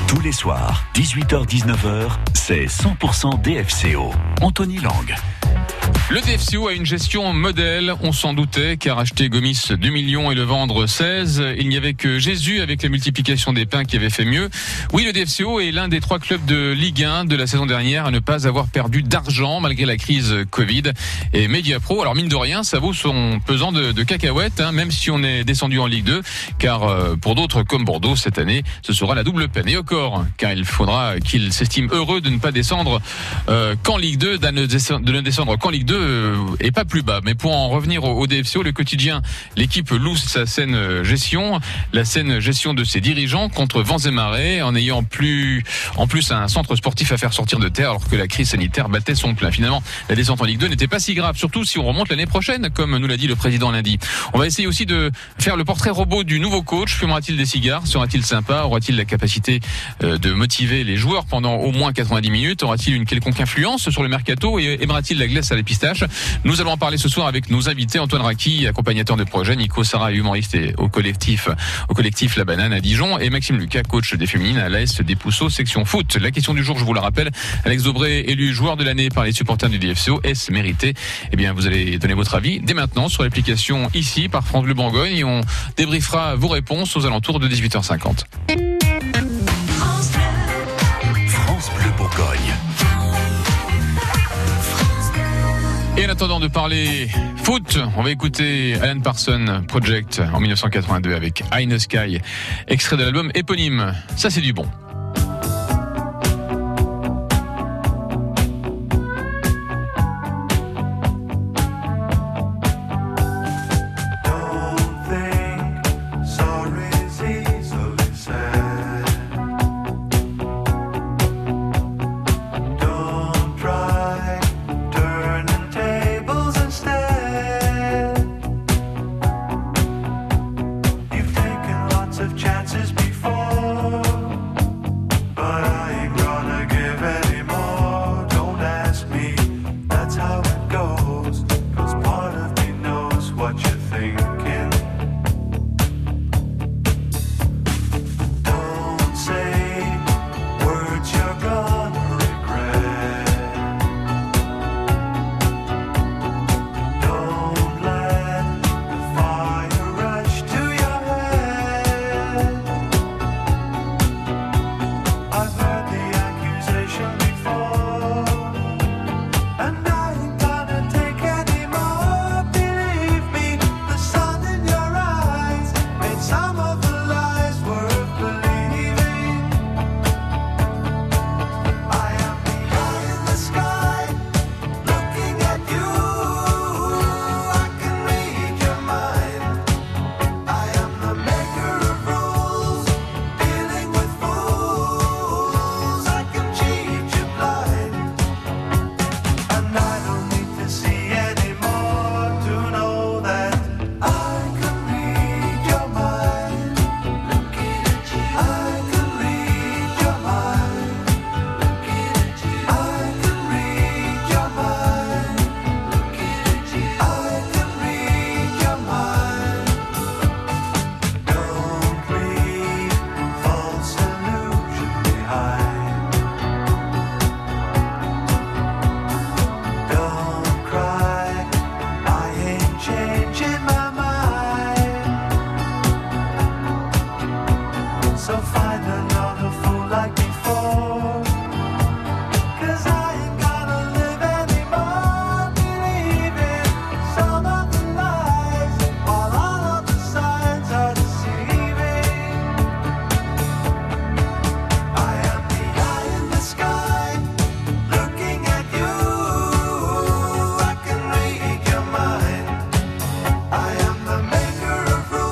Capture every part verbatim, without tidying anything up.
Tous les soirs, dix-huit heures dix-neuf heures, c'est cent pour cent D F C O. Anthony Lang. Le D F C O a une gestion modèle, on s'en doutait, car acheter Gomis deux millions et le vendre seize, il n'y avait que Jésus avec la multiplication des pains qui avait fait mieux. Oui, le D F C O est l'un des trois clubs de Ligue un de la saison dernière à ne pas avoir perdu d'argent malgré la crise Covid. Et Mediapro, alors mine de rien, ça vaut son pesant de, de cacahuètes, hein, même si on est descendu en Ligue deux, car euh, pour d'autres comme Bordeaux, cette année, ce sera la double peine. Et encore, car il faudra qu'il s'estime heureux de ne pas descendre euh, qu'en Ligue deux, de ne descendre qu'en Ligue deux et pas plus bas. Mais pour en revenir au D F C O, le quotidien, l'équipe loue sa saine gestion, la saine gestion de ses dirigeants contre vents et marées, en ayant plus, en plus un centre sportif à faire sortir de terre alors que la crise sanitaire battait son plein. Finalement, la descente en Ligue deux n'était pas si grave, surtout si on remonte l'année prochaine, comme nous l'a dit le président lundi. On va essayer aussi de faire le portrait robot du nouveau coach. Fumera-t-il des cigares? Sera-t-il sympa? Aura-t-il la capacité de motiver les joueurs pendant au moins quatre-vingt-dix minutes? Aura-t-il une quelconque influence sur le mercato et aimera-t-il la glace à la pistache? Nous allons en parler ce soir avec nos invités, Antoine Raki, accompagnateur de projet, Nico Sarra, humoriste et au collectif, au collectif La Banane à Dijon, et Maxime Lucas, coach des féminines à l'A S des Pousseaux, section foot. La question du jour, je vous la rappelle, Alex Daubré, élu joueur de l'année par les supporters du D F C O, est-ce mérité? Eh bien, vous allez donner votre avis dès maintenant sur l'application ici par France Bleu Bourgogne et on débriefera vos réponses aux alentours de dix-huit heures cinquante. France Bleu Bourgogne. Et en attendant de parler foot, on va écouter Alan Parsons Project en dix-neuf cent quatre-vingt-deux avec Eye in the Sky, extrait de l'album éponyme. Ça, c'est du bon.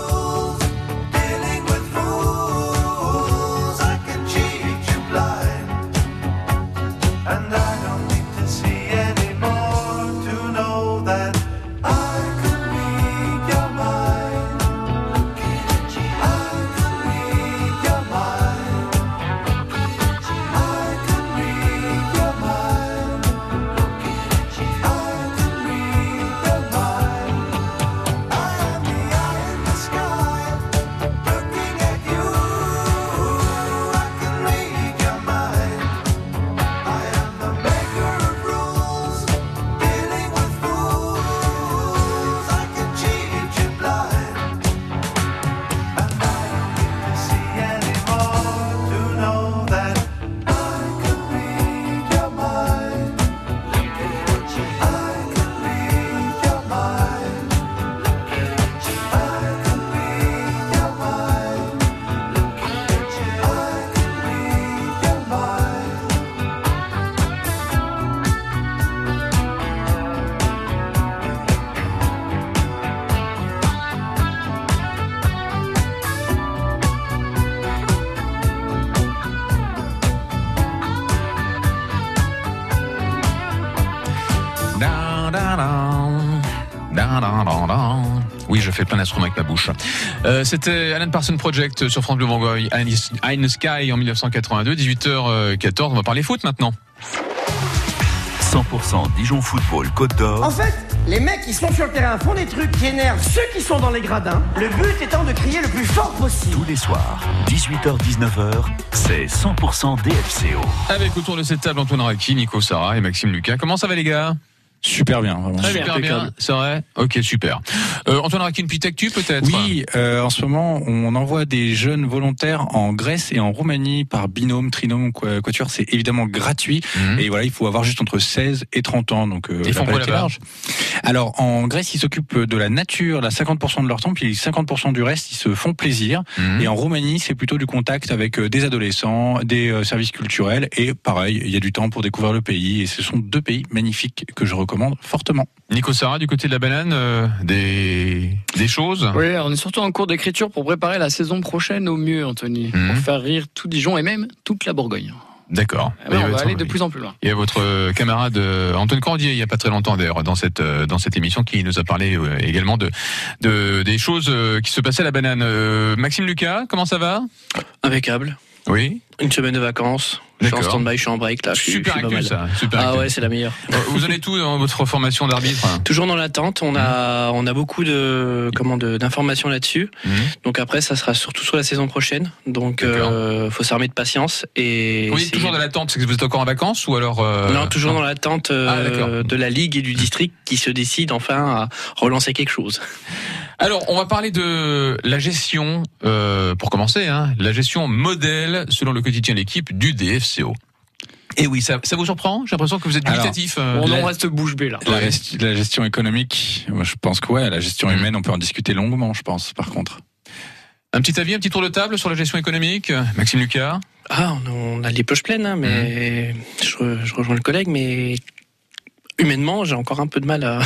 Blind. je fais plein d'instruments avec ma bouche. Euh, c'était Alan Parsons Project sur France Bleu Bourgogne, High in the Sky en dix-neuf cent quatre-vingt-deux, dix-huit heures quatorze. On va parler foot maintenant. cent pour cent Dijon Football Côte d'Or. En fait, les mecs qui sont sur le terrain font des trucs qui énervent ceux qui sont dans les gradins. Le but étant de crier le plus fort possible. Tous les soirs, dix-huit heures dix-neuf heures, c'est cent pour cent D F C O. Avec autour de cette table Antoine Raki, Nico Sarra et Maxime Lucas. Comment ça va les gars ? Super bien, vraiment. Très super bien, bien c'est vrai. Ok, super. Euh, Antoine Raki, une petite actu peut-être ? Oui, euh, en ce moment, on envoie des jeunes volontaires en Grèce et en Roumanie par binôme, trinôme ou quatuor. C'est évidemment gratuit. Mmh. Et voilà, il faut avoir juste entre seize et trente ans. Donc, euh, ils font quoi là-bas ? Alors, en Grèce, ils s'occupent de la nature, là, cinquante pour cent de leur temps, puis cinquante pour cent du reste, ils se font plaisir. Mmh. Et en Roumanie, c'est plutôt du contact avec des adolescents, des euh, services culturels. Et pareil, il y a du temps pour découvrir le pays. Et ce sont deux pays magnifiques que je recommande fortement. Nico Sarra, du côté de la banane, euh, des, des choses ? Oui, on est surtout en cours d'écriture pour préparer la saison prochaine au mieux, Anthony. Mmh. Pour faire rire tout Dijon et même toute la Bourgogne. D'accord. Eh ben, on va aller de plus en plus loin. Il y a votre camarade Antoine Cordier, il n'y a pas très longtemps d'ailleurs, dans cette, dans cette émission, qui nous a parlé également de, de, des choses qui se passaient à la banane. Euh, Maxime Lucas, comment ça va ? Impeccable. Oui. Une semaine de vacances. Je suis en stand-by, je suis en break là. Je super suis, je suis actu, ça. Super ah actu. ouais, c'est la meilleure. Vous en êtes où dans votre formation d'arbitre ? Toujours dans l'attente. On a, on a beaucoup de, comment de, d'informations là-dessus. Mmh. Donc après, ça sera surtout sur la saison prochaine. Donc, euh, faut s'armer de patience et. Oui, toujours dans l'attente, parce que vous êtes encore en vacances ou alors euh... Non, toujours non. dans l'attente euh, ah, de la ligue et du district qui se décide enfin à relancer quelque chose. Alors, on va parler de la gestion, euh, pour commencer, hein, la gestion modèle selon le quotidien L'équipe du D F C O. Et oui, ça, ça vous surprend ? J'ai l'impression que vous êtes dubitatif. Euh, on en reste bouche bée là. La, ouais. la gestion économique, moi, je pense que ouais, la gestion mmh. humaine, on peut en discuter longuement, je pense, par contre. Un petit avis, un petit tour de table sur la gestion économique, Maxime Lucas ? Ah, on a les poches pleines, hein, mais mmh. je, je rejoins le collègue, mais humainement, j'ai encore un peu de mal à...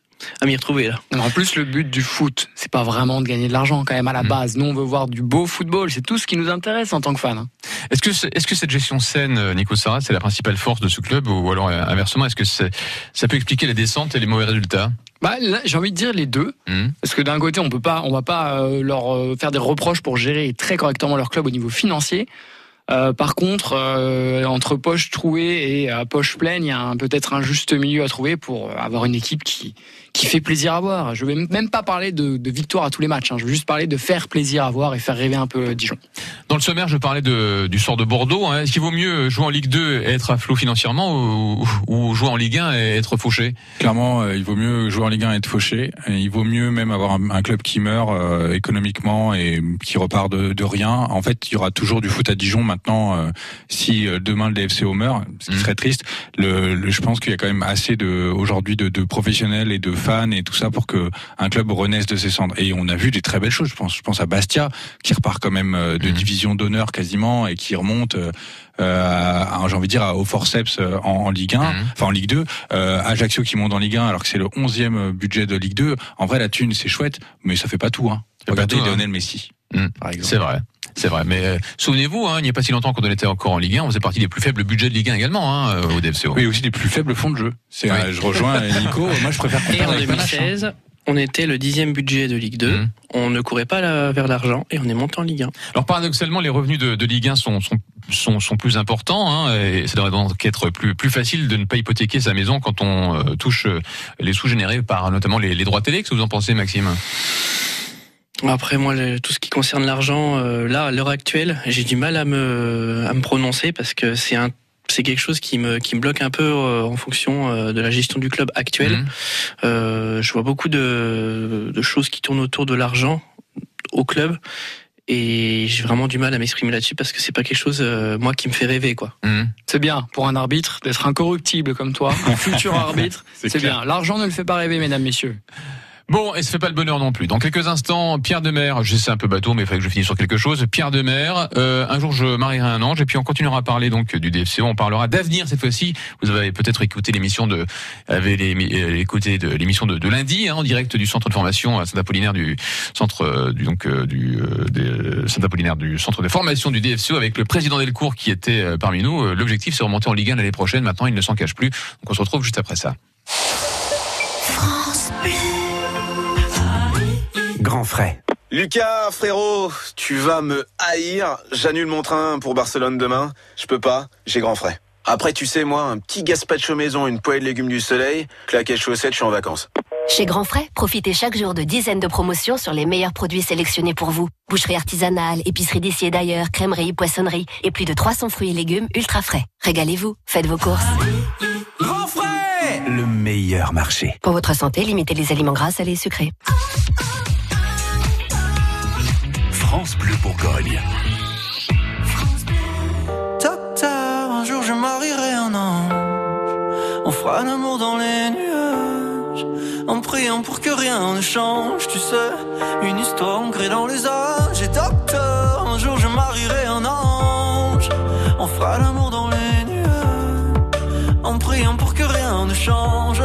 à m'y retrouver là. En plus, le but du foot, c'est pas vraiment de gagner de l'argent quand même à la mmh. base. Nous, on veut voir du beau football. C'est tout ce qui nous intéresse en tant que fans. Est-ce que, est-ce que cette gestion saine, Nico Sarra, c'est la principale force de ce club, ou alors inversement, est-ce que c'est, ça peut expliquer la descente et les mauvais résultats ? Bah, là, j'ai envie de dire les deux, mmh. parce que d'un côté, on peut pas, on va pas euh, leur euh, faire des reproches pour gérer très correctement leur club au niveau financier. Euh, par contre, euh, entre poche trouée et euh, poche pleine, il y a un, peut-être un juste milieu à trouver pour avoir une équipe qui qui fait plaisir à voir. Je vais même pas parler de, de victoire à tous les matchs. Hein. Je veux juste parler de faire plaisir à voir et faire rêver un peu Dijon. Dans le sommaire, je parlais de, du sort de Bordeaux. Hein. Est-ce qu'il vaut mieux jouer en Ligue deux et être à flot financièrement ou, ou jouer en Ligue un et être fauché ? Clairement, euh, il vaut mieux jouer en Ligue un et être fauché. Et il vaut mieux même avoir un, un club qui meurt euh, économiquement et qui repart de, de rien. En fait, il y aura toujours du foot à Dijon maintenant. Euh, si euh, demain le D F C O meurt, ce qui mmh. serait triste, le, le, je pense qu'il y a quand même assez de aujourd'hui de, de professionnels et de fans et tout ça pour que un club renaisse de ses cendres. Et on a vu des très belles choses. Je pense, je pense à Bastia qui repart quand même de mmh. division d'honneur quasiment et qui remonte. Euh, à, j'ai envie de dire au forceps en, en Ligue un, mmh. enfin en Ligue deux. Euh, Ajaccio qui monte en Ligue un alors que c'est le onzième budget de Ligue deux. En vrai, la thune c'est chouette, mais ça fait pas tout. Hein. Regardez tout, Lionel hein. Messi, mmh. par exemple. C'est vrai. C'est vrai, mais euh, souvenez-vous, hein, il n'y a pas si longtemps quand on était encore en Ligue un, on faisait partie des plus faibles budgets de Ligue un également hein, au D F C O. Oui, aussi des plus faibles fonds de jeu. C'est, oui. euh, je rejoins Nico. Moi, je préfère. Et en deux mille seize, hein. on était le dixième budget de Ligue deux. Mmh. On ne courait pas là, vers l'argent et on est monté en Ligue un. Alors paradoxalement, les revenus de, de Ligue un sont, sont sont sont plus importants hein, et ça devrait donc être plus plus facile de ne pas hypothéquer sa maison quand on euh, touche les sous générés par notamment les, les droits télé. Qu'est-ce que vous en pensez, Maxime ? Après moi, tout ce qui concerne l'argent, euh, là à l'heure actuelle, j'ai du mal à me à me prononcer parce que c'est un c'est quelque chose qui me qui me bloque un peu euh, en fonction euh, de la gestion du club actuel. Mmh. Euh, je vois beaucoup de de choses qui tournent autour de l'argent au club. Et j'ai vraiment du mal à m'exprimer là-dessus parce que c'est pas quelque chose, euh, moi, qui me fait rêver, quoi. Mmh. C'est bien, pour un arbitre, d'être incorruptible comme toi, un futur arbitre, c'est, c'est bien. L'argent ne le fait pas rêver, mesdames, messieurs. Bon, et ça fait pas le bonheur non plus. Dans quelques instants, Pierre Demer, je sais c'est un peu bateau, mais il fallait que je finisse sur quelque chose. Pierre Demer, euh, un jour je marierai un ange, et puis on continuera à parler donc du D F C O. On parlera d'avenir cette fois-ci. Vous avez peut-être écouté l'émission de, avez écouté de l'émission de, de lundi, hein, en direct du centre de formation à Saint-Apollinaire du centre du donc du de Saint-Apollinaire du centre de formation du D F C O avec le président Delcourt qui était parmi nous. L'objectif c'est de remonter en Ligue un l'année prochaine. Maintenant, il ne s'en cache plus. Donc on se retrouve juste après ça. France Bleu. Grand frais. Lucas, frérot, tu vas me haïr. J'annule mon train pour Barcelone demain. Je peux pas, j'ai grand frais. Après, tu sais, moi, un petit gazpacho maison, une poêle de légumes du soleil, claquette chaussettes, je suis en vacances. Chez Grand Frais, profitez chaque jour de dizaines de promotions sur les meilleurs produits sélectionnés pour vous. Boucherie artisanale, épicerie d'ici et d'ailleurs, crèmerie, poissonnerie et plus de trois cents fruits et légumes ultra frais. Régalez-vous, faites vos courses. Grand frais, le meilleur marché. Pour votre santé, limitez les aliments gras, salés et sucrés. France Bleu Bourgogne. Docteur, un jour je marierai un ange. On fera l'amour dans les nuages, en priant pour que rien ne change. Tu sais, une histoire ancrée dans les âges. Et docteur, un jour je marierai un ange. On fera l'amour dans les nuages, en priant pour que rien ne change.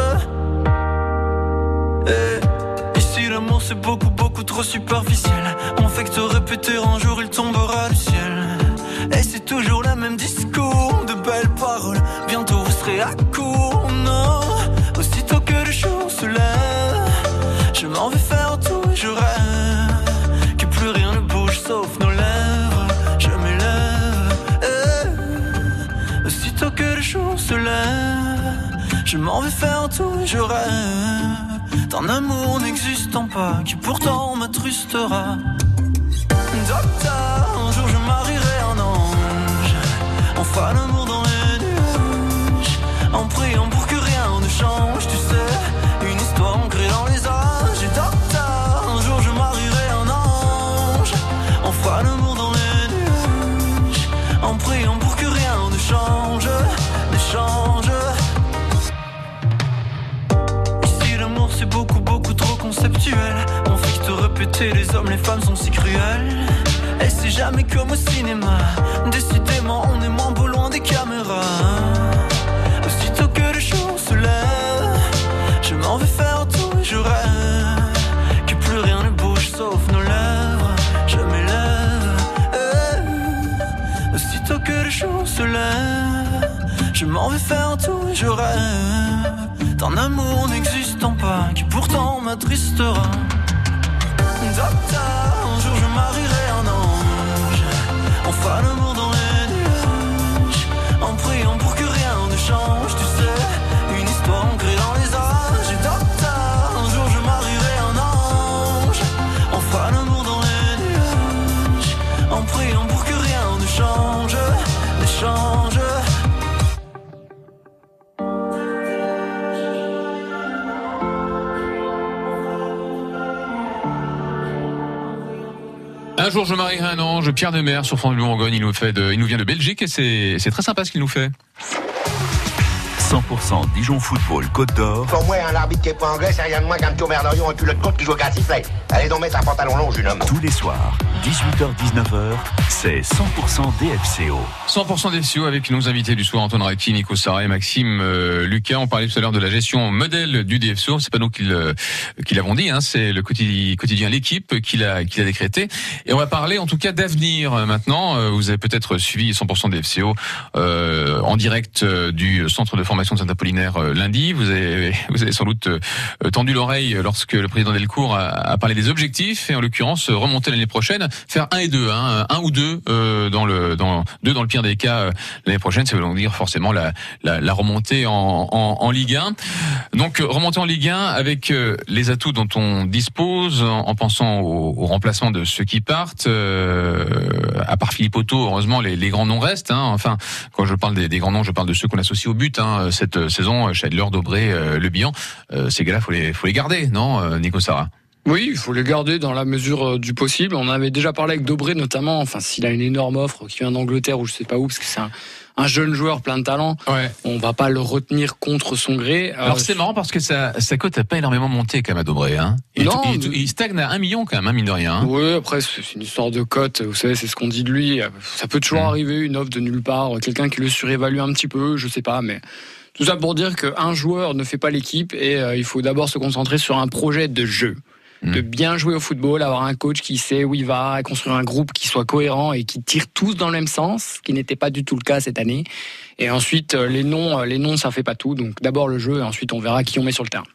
Et ici l'amour c'est beaucoup beaucoup trop superficiel. On fait que te répéter un jour il tombera du ciel. Et c'est toujours le même discours, de belles paroles. Bientôt vous serez à court, non. Aussitôt que le jour se lève, je m'en vais faire tout et je rêve que plus rien ne bouge sauf nos lèvres. Je m'élève, eh. Aussitôt que le jour se lève, je m'en vais faire tout et je rêve d'un amour n'existant pas, qui pourtant m'attrustera. Docteur, un jour je marierai un ange. On fera l'amour dans les nuages, en priant pour que rien ne change. Tu sais, une histoire ancrée dans les âges. Et docteur, un jour je marierai un ange. On fera l'amour dans les nuages, en priant pour que rien ne change, ne change. Ici l'amour c'est beaucoup beaucoup trop conceptuel. On fait que te répéter, les hommes, les femmes sont si cruels. Et c'est jamais comme au cinéma. Décidément on est moins beau loin des caméras. Aussitôt que le jour se lève, je m'en vais faire tout et je rêve que plus rien ne bouge sauf nos lèvres. Je m'élève, eh. Aussitôt que le jour se lève, je m'en vais faire tout et je rêve d'un amour n'existant pas, qui pourtant m'attristera. Docteur, un jour je marierai un ange. On fera l'amour dans les nuages, en priant pour que rien ne change. Tu sais, une histoire ancrée dans les âges. Et docteur, un jour je marierai un ange. On fera l'amour dans les nuages, en priant pour que rien ne change, ne change. Un jour je marierai un ange, Pierre Demers sur France Bleu Bourgogne, il nous fait de, il nous vient de Belgique et c'est, c'est très sympa ce qu'il nous fait. cent pour cent Dijon Football Côte d'Or. Pour moi, un arbitre qui est pas anglais, c'est rien de moins qu'un petit Aubert-Dorion et puis le compte qui joue au sifflet. Allez donc mettre un pantalon long, jeune homme. Tous les soirs, dix-huit heures dix-neuf heures, c'est cent pour cent D F C O. cent pour cent D F C O avec nos invités du soir, Antoine Raki, Nico Sarra et Maxime euh, Lucas. On parlait tout à l'heure de la gestion modèle du D F C O. C'est pas nous qui, le, qui l'avons dit, hein, c'est le quotidien, quotidien L'équipe qui l'a, qui l'a décrété. Et on va parler en tout cas d'avenir maintenant. Vous avez peut-être suivi cent pour cent D F C O euh, en direct du centre de formation de Saint-Apollinaire euh, lundi. Vous avez, vous avez sans doute euh, tendu l'oreille lorsque le président Delcourt a, a parlé des objectifs et en l'occurrence remonter l'année prochaine, faire un et deux, hein, un ou deux euh, dans le dans deux dans le pire des cas euh, l'année prochaine. Ça veut donc dire forcément la la, la remontée en, en en Ligue un. Donc remonter en Ligue un avec euh, les atouts dont on dispose en, en pensant au, au remplacement de ceux qui partent. Euh, à part Philippe Otto, heureusement les, les grands noms restent. Hein. Enfin, quand je parle des, des grands noms, je parle de ceux qu'on associe au but. Hein, cette saison, Scheidler, Dobré, euh, Le Bihan, euh, ces gars-là, faut les faut les garder, non, euh, Nico Sarra? Oui, il faut les garder dans la mesure du possible. On avait déjà parlé avec Dobré notamment. Enfin, s'il a une énorme offre qui vient d'Angleterre ou je sais pas où, parce que c'est un, un jeune joueur plein de talent, ouais. On va pas le retenir contre son gré. Alors euh, c'est marrant parce que sa, sa cote a pas énormément monté quand même à Dobré. Hein. Il, non, il, il, il stagne à un million quand même, hein, mine de rien. Hein. Oui, après c'est une histoire de cote. Vous savez, c'est ce qu'on dit de lui. Ça peut toujours mmh. arriver, une offre de nulle part, quelqu'un qui le surévalue un petit peu, je sais pas, mais. Tout ça pour dire qu'un joueur ne fait pas l'équipe et euh, il faut d'abord se concentrer sur un projet de jeu. Mmh. De bien jouer au football, avoir un coach qui sait où il va, construire un groupe qui soit cohérent et qui tire tous dans le même sens, ce qui n'était pas du tout le cas cette année. Et ensuite, les noms, les noms, ça fait pas tout. Donc d'abord le jeu et ensuite on verra qui on met sur le terrain.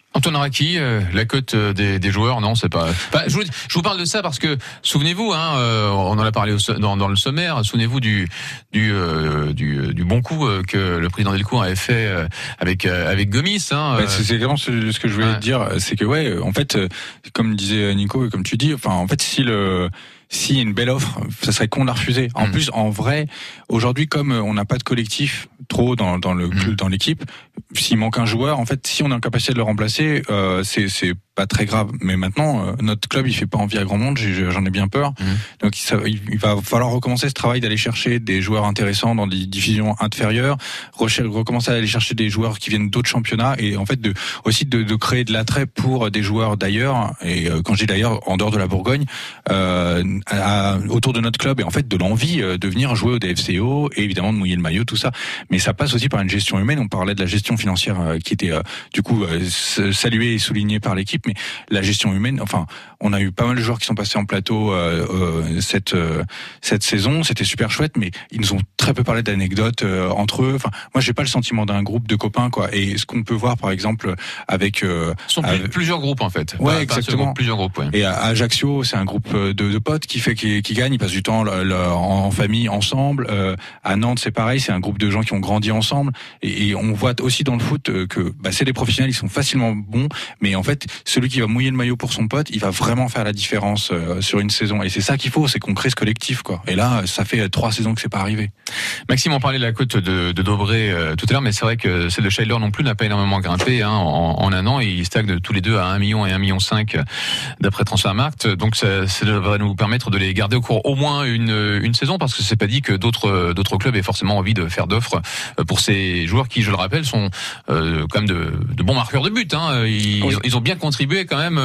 Antoine Raki, euh, la cote des, des joueurs, non, c'est pas. Enfin, je, vous, je vous parle de ça parce que souvenez-vous, hein, euh, on en a parlé au, dans, dans le sommaire. Souvenez-vous du du euh, du, du bon coup euh, que le président Delcourt avait fait euh, avec euh, avec Gomis. Hein, bah, c'est exactement ce, ce que je voulais ouais. dire, c'est que ouais, en fait, comme disait Nico et comme tu dis, enfin, en fait, si le s'il y a une belle offre, ça serait con de la refuser. En mmh. plus, en vrai, aujourd'hui, comme on n'a pas de collectif trop dans, dans le mmh. dans l'équipe, s'il manque un joueur, en fait, si on est en capacité de le remplacer, euh, c'est c'est pas très grave. Mais maintenant, euh, notre club, il fait pas envie à grand monde. J'en ai bien peur. Mmh. Donc, ça, il va falloir recommencer ce travail d'aller chercher des joueurs intéressants dans des divisions inférieures, recommencer à aller chercher des joueurs qui viennent d'autres championnats et en fait de aussi de, de créer de l'attrait pour des joueurs d'ailleurs. Et euh, quand je dis d'ailleurs, en dehors de la Bourgogne. Euh, À, autour de notre club et en fait de l'envie de venir jouer au D F C O et évidemment de mouiller le maillot, tout ça, mais ça passe aussi par une gestion humaine. On parlait de la gestion financière euh, qui était euh, du coup euh, saluée et soulignée par l'équipe, mais la gestion humaine, enfin on a eu pas mal de joueurs qui sont passés en plateau euh, euh, cette euh, cette saison, c'était super chouette, mais ils nous ont très peu parlé d'anecdotes euh, entre eux. Enfin moi j'ai pas le sentiment d'un groupe de copains quoi, et ce qu'on peut voir par exemple avec euh, ce sont avec, plusieurs groupes en fait, ouais pas, exactement pas plusieurs groupes ouais. Et à Ajaccio c'est un groupe de, de potes qui fait qui, qui gagne, ils passent du temps le, le, en famille ensemble. Euh, à Nantes c'est pareil, c'est un groupe de gens qui ont grandi ensemble et, et on voit aussi dans le foot que bah, c'est des professionnels, ils sont facilement bons, mais en fait celui qui va mouiller le maillot pour son pote, il va vraiment faire la différence euh, sur une saison et c'est ça qu'il faut, c'est qu'on crée ce collectif quoi. Et là ça fait trois saisons que c'est pas arrivé. Maxime, on parlait de la cote de, de Dobré euh, tout à l'heure, mais c'est vrai que celle de Scheidler non plus n'a pas énormément grimpé hein, en, en un an et ils stagnent tous les deux à un million et un million cinq d'après Transfermarkt, donc ça, ça devrait nous permettre de les garder au cours au moins une une saison parce que c'est pas dit que d'autres d'autres clubs aient forcément envie de faire d'offres pour ces joueurs qui, je le rappelle, sont euh, quand même de, de bons marqueurs de but. Hein. Ils, oui. ils ont bien contribué quand même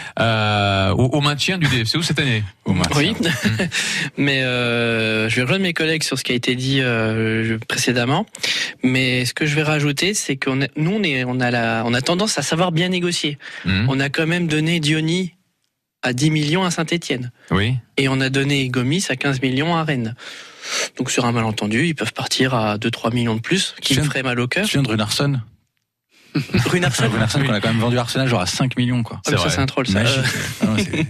euh, au, au maintien du D F C O cette année. Au oui, mais euh, je vais rejoindre mes collègues sur ce qui a été dit euh, précédemment. Mais ce que je vais rajouter, c'est qu'on a, nous on est on a la on a tendance à savoir bien négocier. Mmh. On a quand même donné Diony à dix millions à Saint-Etienne. Oui. Et on a donné Gomis à quinze millions à Rennes. Donc sur un malentendu, ils peuvent partir à deux trois millions de plus, qui me ferait mal au cœur. Tu viens de Runarsson Runarsson Runarsson oui. qu'on a quand même vendu à Arsenal genre à cinq millions quoi. C'est, ça, c'est un troll ça. Euh... c'est...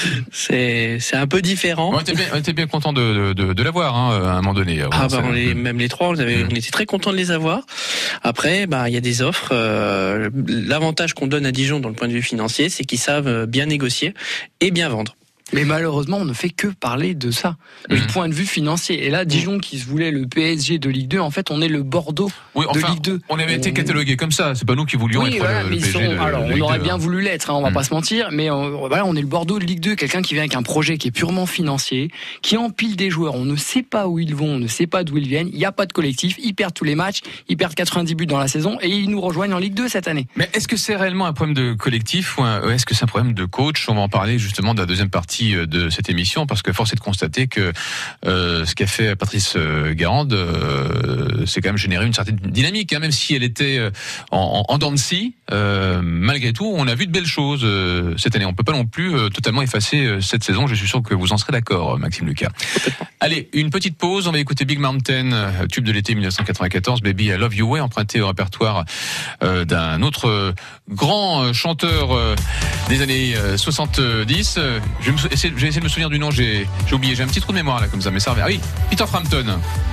c'est c'est un peu différent. On était bien, on était bien content de de, de l'avoir hein, à un moment donné. Ah bah on les, même les trois, on, avait, mmh. on était très contents de les avoir. Après bah il y a des offres. Euh, l'avantage qu'on donne à Dijon dans le point de vue financier, c'est qu'ils savent bien négocier et bien vendre. Mais malheureusement, on ne fait que parler de ça, du mmh. point de vue financier. Et là, Dijon, qui se voulait le P S G de Ligue deux, en fait, on est le Bordeaux oui, enfin, de Ligue deux. On avait on... été catalogué comme ça. C'est pas nous qui voulions oui, être voilà, le, le P S G sont, de, alors, de on Ligue aurait deux, bien hein. voulu l'être, hein, on va mmh. pas se mentir. Mais on, voilà, on est le Bordeaux de Ligue deux, quelqu'un qui vient avec un projet qui est purement financier, qui empile des joueurs. On ne sait pas où ils vont, on ne sait pas d'où ils viennent. Il n'y a pas de collectif. Ils perdent tous les matchs, ils perdent quatre-vingt-dix buts dans la saison et ils nous rejoignent en Ligue deux cette année. Mais est-ce que c'est réellement un problème de collectif ou un, est-ce que c'est un problème de coach? On va en parler justement de la deuxième partie de cette émission parce que force est de constater que euh, ce qu'a fait Patrice Garande, euh, c'est quand même généré une certaine dynamique, hein, même si elle était euh, en, en dents de scie. Euh, malgré tout, on a vu de belles choses euh, cette année. On peut pas non plus euh, totalement effacer euh, cette saison. Je suis sûr que vous en serez d'accord, Maxime Lucas. Allez, une petite pause. On va écouter Big Mountain, tube de l'été dix-neuf cent quatre-vingt-quatorze, Baby I Love You Way, emprunté au répertoire euh, d'un autre euh, grand chanteur euh, des années euh, soixante-dix. Je vais, essayer, je vais essayer de me souvenir du nom. J'ai, j'ai oublié. J'ai un petit trou de mémoire là, comme ça. Mais ça revient. Ah oui, Peter Frampton.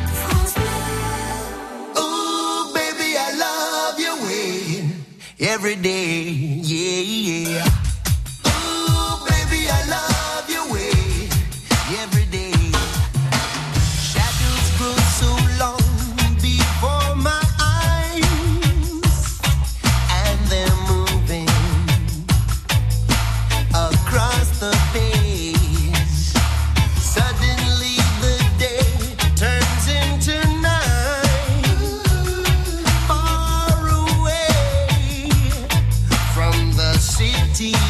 Oh, baby, I love your way every day. Yeah, yeah. Oh, baby, I love your way. City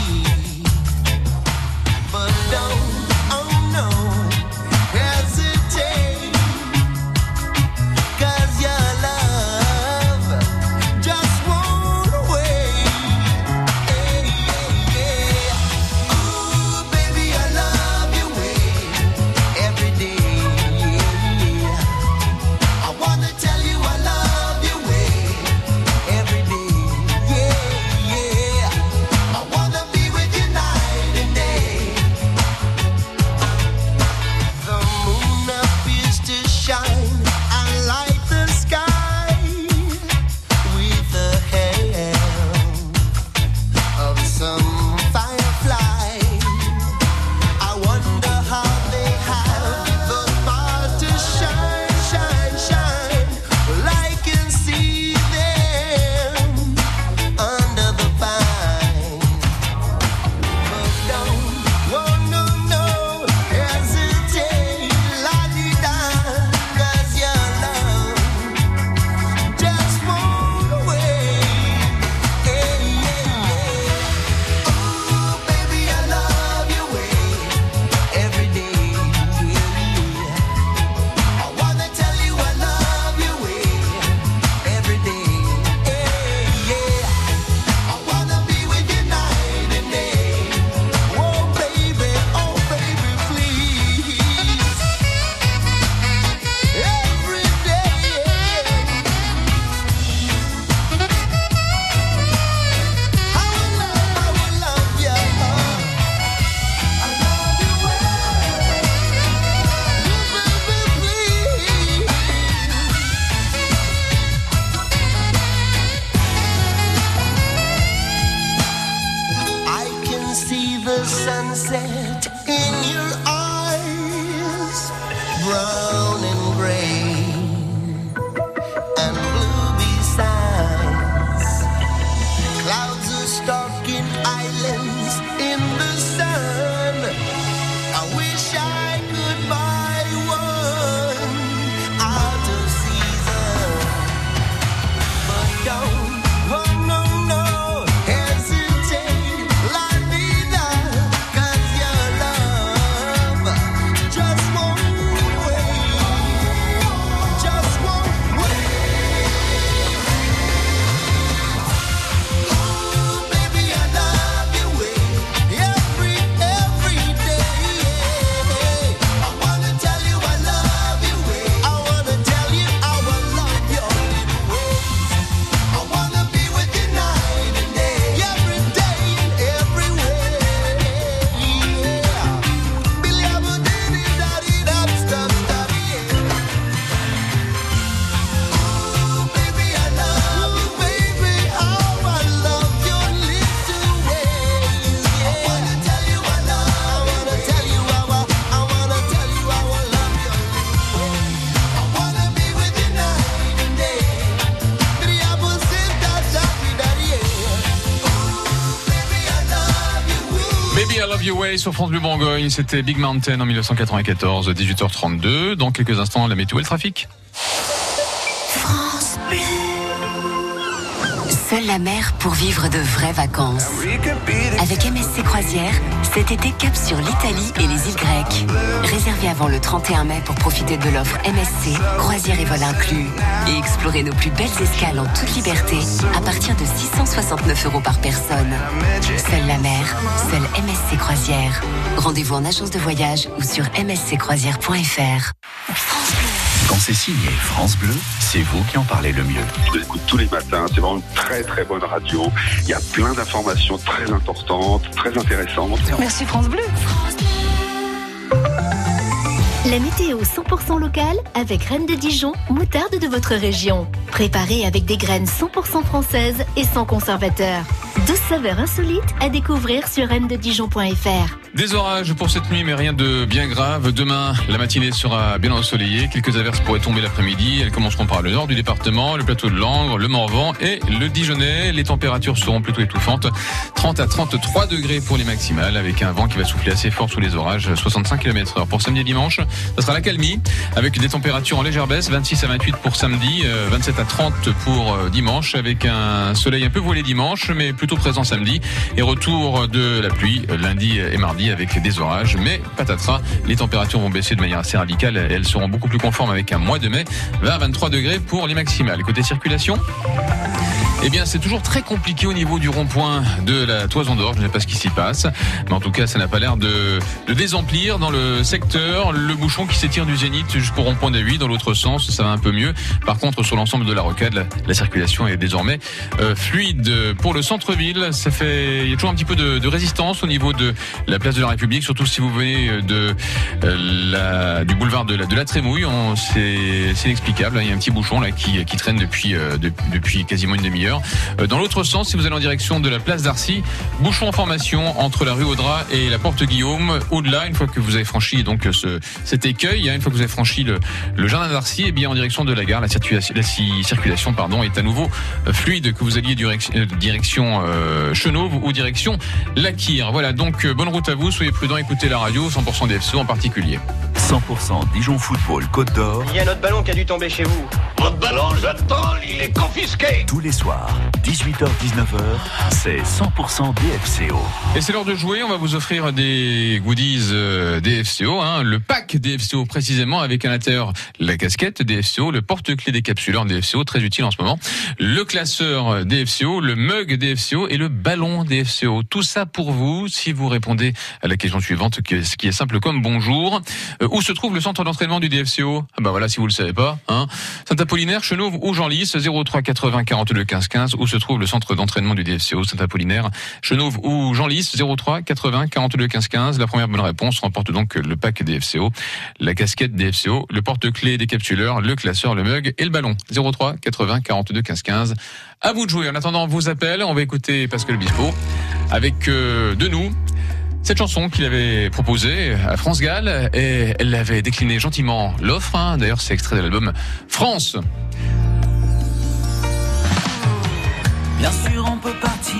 sunset in your eyes, brown and gray and blue besides. Clouds are stalking islands in the sun. I wish I could buy one out of season, but don't. Sur France Bleu Bourgogne, c'était Big Mountain en dix-neuf cent quatre-vingt-quatorze, dix-huit heures trente-deux. Dans quelques instants, la météo et le trafic. France Bleu. Seule la mer pour vivre de vraies vacances. Avec M S C Croisières, cet été cap sur l'Italie et les îles grecques. Réservez avant le trente et un mai pour profiter de l'offre M S C, croisières et vols inclus. Et explorer nos plus belles escales en toute liberté à partir de six cent soixante-neuf euros par personne. Seule la mer, seule M S C Croisières. Rendez-vous en agence de voyage ou sur m s c croisières point f r. Quand c'est signé France Bleu, c'est vous qui en parlez le mieux. Je l'écoute tous les matins, c'est vraiment une très très bonne radio. Il y a plein d'informations très importantes, très intéressantes. Merci France Bleu. La météo cent pour cent locale avec Reine de Dijon, moutarde de votre région. Préparée avec des graines cent pour cent françaises et sans conservateur. douze saveurs insolites à découvrir sur reine de dijon point f r. Des orages pour cette nuit, mais rien de bien grave. Demain, la matinée sera bien ensoleillée. Quelques averses pourraient tomber l'après-midi. Elles commenceront par le nord du département, le plateau de Langres, le Morvan et le Dijonais. Les températures seront plutôt étouffantes. trente à trente-trois degrés pour les maximales, avec un vent qui va souffler assez fort sous les orages, soixante-cinq kilomètres heure. Pour samedi et dimanche, ça sera la calmie, avec des températures en légère baisse, vingt-six à vingt-huit pour samedi, vingt-sept à trente pour dimanche, avec un soleil un peu voilé dimanche, mais plutôt présent samedi. Et retour de la pluie lundi et mardi avec des orages, mais patatras, les températures vont baisser de manière assez radicale et elles seront beaucoup plus conformes avec un mois de mai, vingt à vingt-trois degrés pour les maximales. Côté circulation, eh bien, c'est toujours très compliqué au niveau du rond-point de la Toison d'Or. Je ne sais pas ce qui s'y passe, mais en tout cas, ça n'a pas l'air de, de désemplir dans le secteur. Le bouchon qui s'étire du Zénith jusqu'au rond-point de Huy, dans l'autre sens, ça va un peu mieux. Par contre, sur l'ensemble de la rocade, la, la circulation est désormais euh, fluide. Pour le centre-ville, ça fait, il y a toujours un petit peu de, de résistance au niveau de la place de la République, surtout si vous venez de euh, la, du boulevard de la, de la Trémouille. On, c'est, c'est inexplicable. Il y a un petit bouchon là qui, qui traîne depuis, euh, de, depuis quasiment une demi-heure. Dans l'autre sens, si vous allez en direction de la place d'Arcy, bouchon en formation entre la rue Audras et la porte Guillaume. Au-delà, une fois que vous avez franchi donc ce, cet écueil, une fois que vous avez franchi le, le jardin d'Arcy, et bien en direction de la gare, la circulation, la circulation pardon, est à nouveau fluide, que vous alliez direction, direction euh, Chenauve ou direction La Quire. Voilà, donc bonne route à vous, soyez prudents, écoutez la radio, cent pour cent D F C O en particulier. cent pour cent Dijon Football Côte d'Or. Il y a notre ballon qui a dû tomber chez vous. Votre ballon, j'attends, il est confisqué. Tous les soirs, dix-huit heures dix-neuf heures, c'est cent pour cent D F C O. Et c'est l'heure de jouer, on va vous offrir des goodies euh, D F C O, hein, le pack D F C O précisément, avec à l'intérieur la casquette D F C O, le porte-clés décapsuleur D F C O, très utile en ce moment, le classeur D F C O, le mug D F C O et le ballon D F C O. Tout ça pour vous, si vous répondez à la question suivante, ce qui est simple comme bonjour. Euh, où se trouve le centre d'entraînement du D F C O? Ah bah voilà, si vous le savez pas, hein. Saint-Apollinaire, Chenauve ou Genlis, zéro trois quatre-vingts quarante-deux quinze quinze. Où se trouve le centre d'entraînement du D F C O? Saint-Apollinaire, Chenauve ou Genlis, zéro trois quatre-vingts quarante-deux quinze quinze. La première bonne réponse remporte donc le pack D F C O, la casquette D F C O, le porte-clés décapsuleur, le classeur, le mug et le ballon. zéro trois quatre-vingts quarante-deux quinze quinze. À vous de jouer. En attendant vos appels, on va écouter Pascal Obispo avec euh, de nous Cette chanson qu'il avait proposée à France Gall, et elle avait décliné gentiment l'offre. Hein. D'ailleurs, c'est extrait de l'album France. Bien sûr, on peut partir,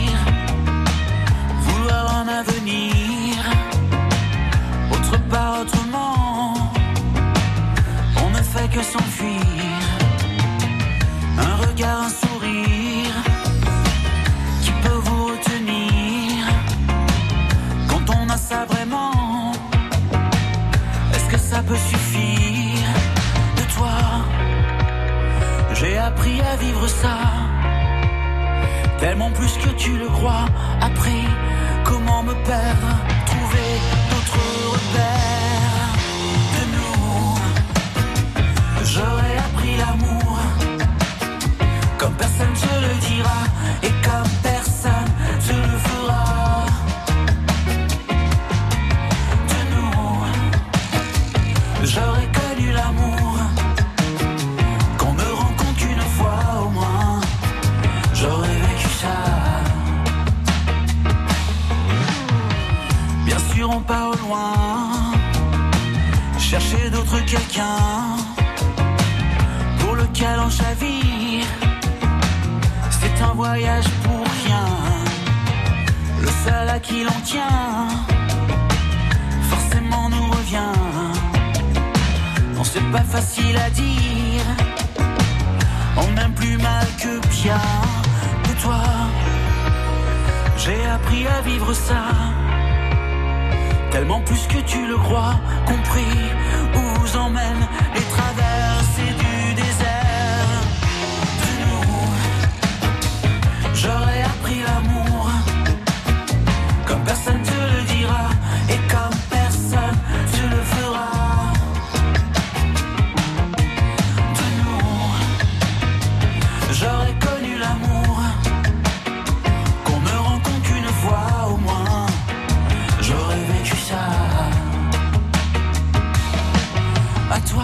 vouloir un avenir, autre part, autrement. On ne fait que s'enfuir. Un regard, un sourire qui peut vous retenir quand on a ça vraiment. Est-ce que ça peut suffire? De toi, j'ai appris à vivre ça, tellement plus que tu le crois. Après, comment me perdre? Trouver d'autres repères de nous. J'aurais appris l'amour comme personne te le dira, et comme personne te le fera. De nous, j'aurais connu l'amour qu'on ne rencontre qu'une fois au moins. J'aurais vécu ça. Bien sûr, on part au loin, chercher d'autres quelqu'un pour lequel on chavire. C'est un voyage pour rien, le seul à qui l'on tient forcément nous revient. Non, c'est pas facile à dire, on aime plus mal que bien. De toi, j'ai appris à vivre ça, tellement plus que tu le crois. Compris où vous emmènent les traversées du désert. J'aurais appris l'amour comme personne te le dira, et comme personne te le fera. De nous, j'aurais connu l'amour qu'on ne rencontre qu'une fois au moins. J'aurais vécu ça. À toi,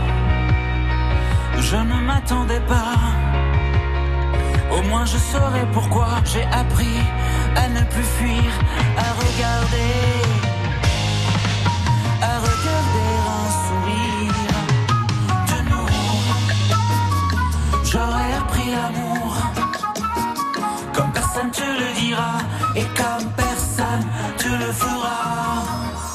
je ne m'attendais pas. Au moins je saurais pourquoi j'ai appris à ne plus fuir, à regarder, à regarder un sourire. De nous, j'aurais appris l'amour comme personne te le dira, et comme personne te le fera.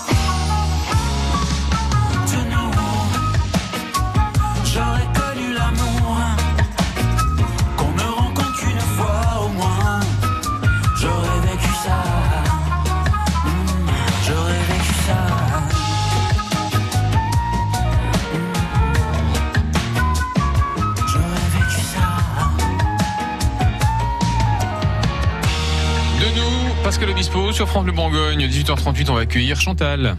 De nous, j'aurais connu l'amour qu'on ne rencontre qu'une fois au moins. J'aurais vécu ça. Mmh, j'aurais vécu ça. Mmh, j'aurais vécu ça. De nous, Pascal Obispo sur France Bleu Bourgogne, dix-huit heures trente-huit, on va accueillir Chantal.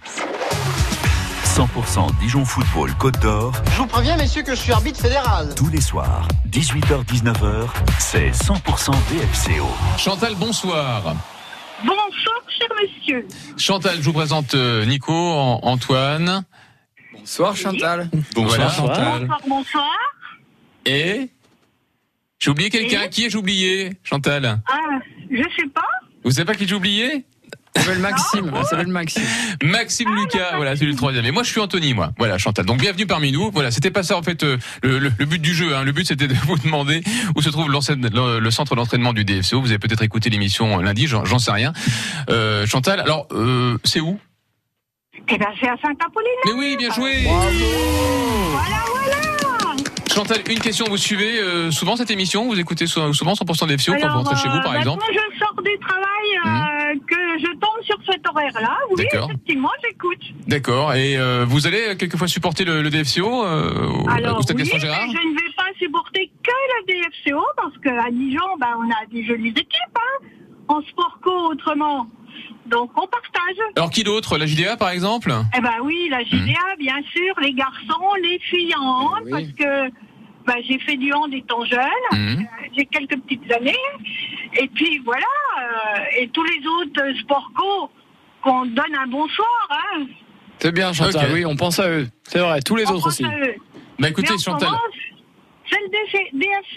cent pour cent Dijon Football Côte d'Or. Je vous préviens, messieurs, que je suis arbitre fédéral. Tous les soirs, dix-huit heures dix-neuf heures, c'est cent pour cent D F C O. Chantal, bonsoir. Bonsoir, cher monsieur. Chantal, je vous présente Nico, Antoine. Bonsoir Chantal. Bonsoir Voilà. Chantal. Bonsoir, bonsoir. Et j'ai oublié quelqu'un. Et Qui ai-je oublié, Chantal? Ah, je sais pas. Vous savez pas qui j'ai oublié? Ça s'appelle Maxime. Ça s'appelle Maxime. Maxime ah, Lucas, voilà, c'est le troisième. Et moi, je suis Anthony, moi. Voilà, Chantal. Donc, bienvenue parmi nous. Voilà, c'était pas ça, en fait, euh, le, le, le but du jeu. Hein. Le but, c'était de vous demander où se trouve le, le centre d'entraînement du D F C O. Vous avez peut-être écouté l'émission lundi, j'en, j'en sais rien. Euh, Chantal, alors, euh, c'est où? Eh ben, c'est à Saint-Apolline. Mais oui, bien joué. Bravo. Voilà, voilà. Chantal, une question. Vous suivez euh, souvent cette émission? Vous écoutez souvent cent pour cent D F C O quand vous rentrez chez vous, par euh, exemple? Quand je sors du travail, euh, mmh. que je tombe sur cet horaire-là, oui, D'accord. effectivement, j'écoute. D'accord. Et euh, vous allez quelquefois supporter le, le D F C O euh, au, Alors, au Stade oui, Gaston Gérard? mais je ne vais pas supporter que le D F C O, parce qu'à Dijon, ben, on a des jolies équipes, hein, en sport co autrement. Donc, on partage. Alors, qui d'autre? La J D A, par exemple? Eh ben oui, la J D A, mmh. bien sûr, les garçons, les filles en hand, oui. parce que ben, j'ai fait du hand étant jeune, mmh. euh, j'ai quelques petites années, et puis voilà, euh, et tous les autres sports co qu'on donne un bonsoir, hein. C'est bien, Chantal, okay. Oui, on pense à eux. C'est vrai, tous les on autres aussi. Bah écoutez, Mais Chantal. C'est le D F C O.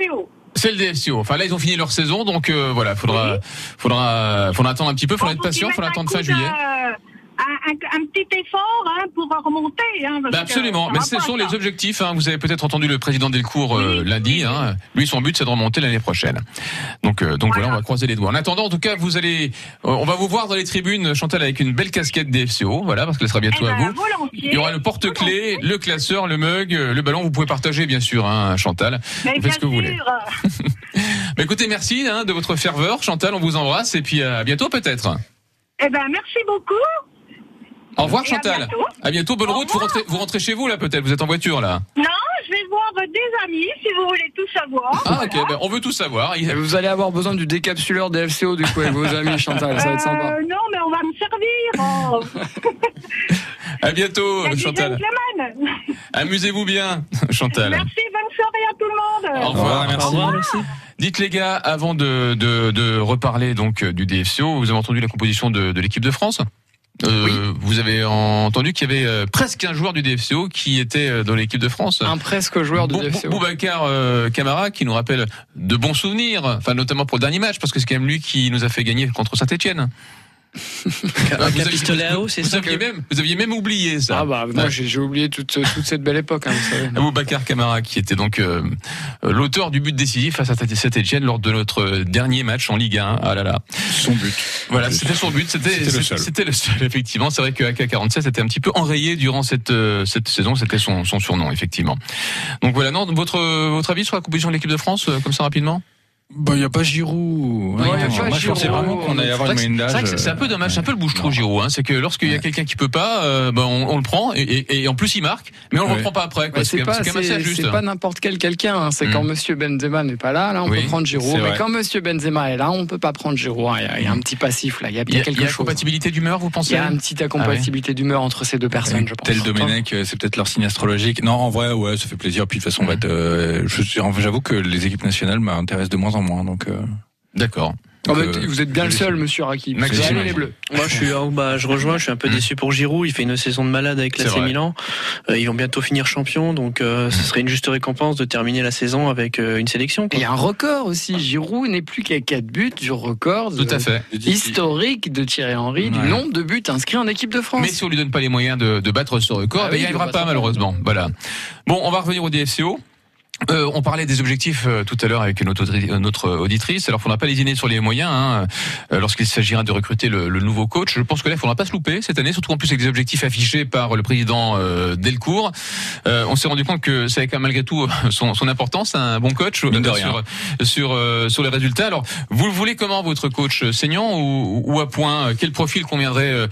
C'est le D F C O. Enfin là, ils ont fini leur saison, donc euh, voilà, faudra, oui. faudra, faudra attendre un petit peu, faudra être patient, faudra attendre fin juillet. Euh... Un, un, un petit effort hein, pour remonter. Hein, bah absolument, mais ce sont ça. les objectifs. Hein. Vous avez peut-être entendu le président Delcourt euh, oui, lundi. Oui, hein. Lui, son but, c'est de remonter l'année prochaine. Donc, euh, donc voilà. voilà, on va croiser les doigts. En attendant, en tout cas, vous allez, euh, on va vous voir dans les tribunes, Chantal, avec une belle casquette D F C O. Voilà, parce qu'elle sera bientôt eh à ben, vous. Volontiers. Il y aura le porte-clés, le classeur, le mug, le ballon. Vous pouvez partager, bien sûr, hein, Chantal. Mais vous faites ce que sûr. vous voulez. bah, écoutez, merci hein, de votre ferveur, Chantal. On vous embrasse et puis à bientôt peut-être. Eh ben, merci beaucoup. Au revoir Chantal. À bientôt. À bientôt, bonne route. Vous rentrez, vous rentrez chez vous là peut-être. Vous êtes en voiture là. Non, je vais voir des amis si vous voulez tout savoir. Ah ok, ben, on veut tout savoir. Et vous allez avoir besoin du décapsuleur D F C O du coup avec vos amis Chantal, ça va être sympa. Euh, non, mais on va me servir. Oh. À bientôt Chantal. Amusez-vous bien Chantal. Merci, bonne soirée à tout le monde. Au revoir, merci. Au revoir, merci. Dites les gars, avant de, de, de reparler donc du D F C O, vous avez entendu la composition de, de l'équipe de France ? Euh, oui. Vous avez entendu qu'il y avait euh, presque un joueur du D F C O qui était euh, dans l'équipe de France. Un presque joueur du Bo- D F C O. Boubacar euh, Camara, qui nous rappelle de bons souvenirs, enfin notamment pour le dernier match, parce que c'est quand même lui qui nous a fait gagner contre Saint-Etienne. Un pistolet à eau, c'est vous ça aviez que... même, vous aviez même oublié ça. Ah bah moi ouais. j'ai, j'ai oublié toute, toute cette belle époque. Hein, vous savez. Boubacar Camara, qui était donc euh, l'auteur du but décisif face à Saint-Etienne lors de notre dernier match en Ligue un. Ah là là. Son but. Voilà, c'était son but. C'était, c'était, le seul. c'était le seul. Effectivement, c'est vrai que A K quarante-sept était un petit peu enrayé durant cette euh, cette saison. C'était son, son surnom, effectivement. Donc voilà. Non, votre votre avis sur la composition de l'équipe de France, euh, comme ça rapidement. Bah, il n'y a pas Giroud. Ouais, non, y a pas moi, Giroud. je pensais vraiment qu'on allait avoir une moyenne d'âge. C'est vrai que c'est un peu dommage, c'est un peu le bouche-trou Giroud, hein. C'est que lorsqu'il y a ouais. quelqu'un qui peut pas, euh, bah, on, on le prend, et, et, et en plus il marque, mais on le ouais. reprend pas après, quoi. Ouais, c'est, c'est, pas, c'est quand même assez injuste. C'est pas n'importe quel quelqu'un, hein. C'est mmh. quand Monsieur Benzema n'est pas là, là, on oui, peut prendre Giroud. Mais quand Monsieur Benzema est là, on peut pas prendre Giroud. Il y a, il y a un petit passif, là. Il y a bien quelque chose. Il y a incompatibilité d'humeur, vous pensez? Il y a une petite incompatibilité d'humeur entre ces deux personnes, je pense. Tel Domenech, c'est peut-être leur signe astrologique. Non, en vrai, ouais, ça fait plaisir. Puis de toute façon, on va être, j'avoue que les équipes nationales m'intéressent de moins en moins, donc. D'accord. Donc, oh bah, vous êtes bien le seul, monsieur Raki. Maxime, les Bleus. Moi, je suis, oh bah, je rejoins. Je suis un peu mmh. déçu pour Giroud. Il fait une saison de malade avec l'A C Milan. Euh, ils vont bientôt finir champion, donc euh, ce serait une juste récompense de terminer la saison avec euh, une sélection. Il y a un record aussi. Giroud n'est plus qu'à quatre buts du record Tout à fait. historique de Thierry Henry ouais. du nombre de buts inscrits en équipe de France. Mais si on lui donne pas les moyens de, de battre ce record, ah, ben, oui, il n'y arrivera pas malheureusement. Voilà. Bon, on va revenir au D F C O. Euh, on parlait des objectifs euh, tout à l'heure avec notre, notre auditrice. Alors, il ne faudra pas lésiner sur les moyens hein, euh, lorsqu'il s'agira de recruter le, le nouveau coach. Je pense que là, il ne faudra pas se louper cette année, surtout en plus avec des objectifs affichés par le président euh, Delcourt. Euh, on s'est rendu compte que ça avait quand même malgré tout son, son importance, un bon coach euh, sur sur, euh, sur les résultats. Alors, vous le voulez comment votre coach, saignant ou, ou à point? Quel profil conviendrait euh,